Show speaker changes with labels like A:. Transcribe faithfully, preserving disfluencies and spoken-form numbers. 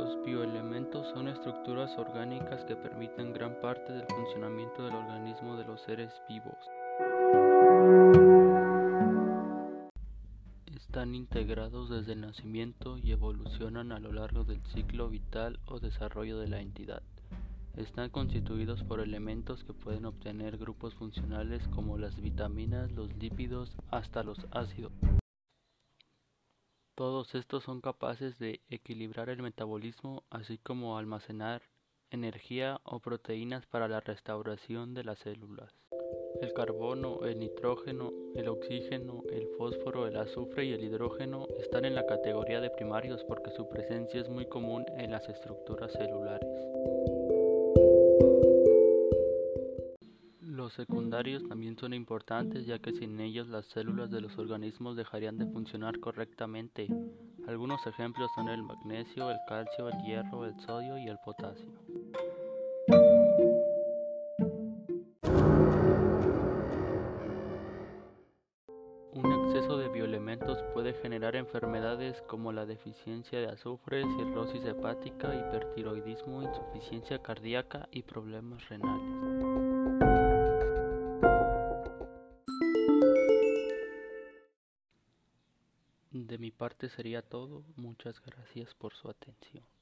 A: Los bioelementos son estructuras orgánicas que permiten gran parte del funcionamiento del organismo de los seres vivos. Están integrados desde el nacimiento y evolucionan a lo largo del ciclo vital o desarrollo de la entidad. Están constituidos por elementos que pueden obtener grupos funcionales como las vitaminas, los lípidos, hasta los ácidos. Todos estos son capaces de equilibrar el metabolismo, así como almacenar energía o proteínas para la restauración de las células. El carbono, el nitrógeno, el oxígeno, el fósforo, el azufre y el hidrógeno están en la categoría de primarios porque su presencia es muy común en las estructuras celulares. Los secundarios también son importantes, ya que sin ellos las células de los organismos dejarían de funcionar correctamente. Algunos ejemplos son el magnesio, el calcio, el hierro, el sodio y el potasio. Un exceso de bioelementos puede generar enfermedades como la deficiencia de azufre, cirrosis hepática, hipertiroidismo, insuficiencia cardíaca y problemas renales. De mi parte sería todo. Muchas gracias por su atención.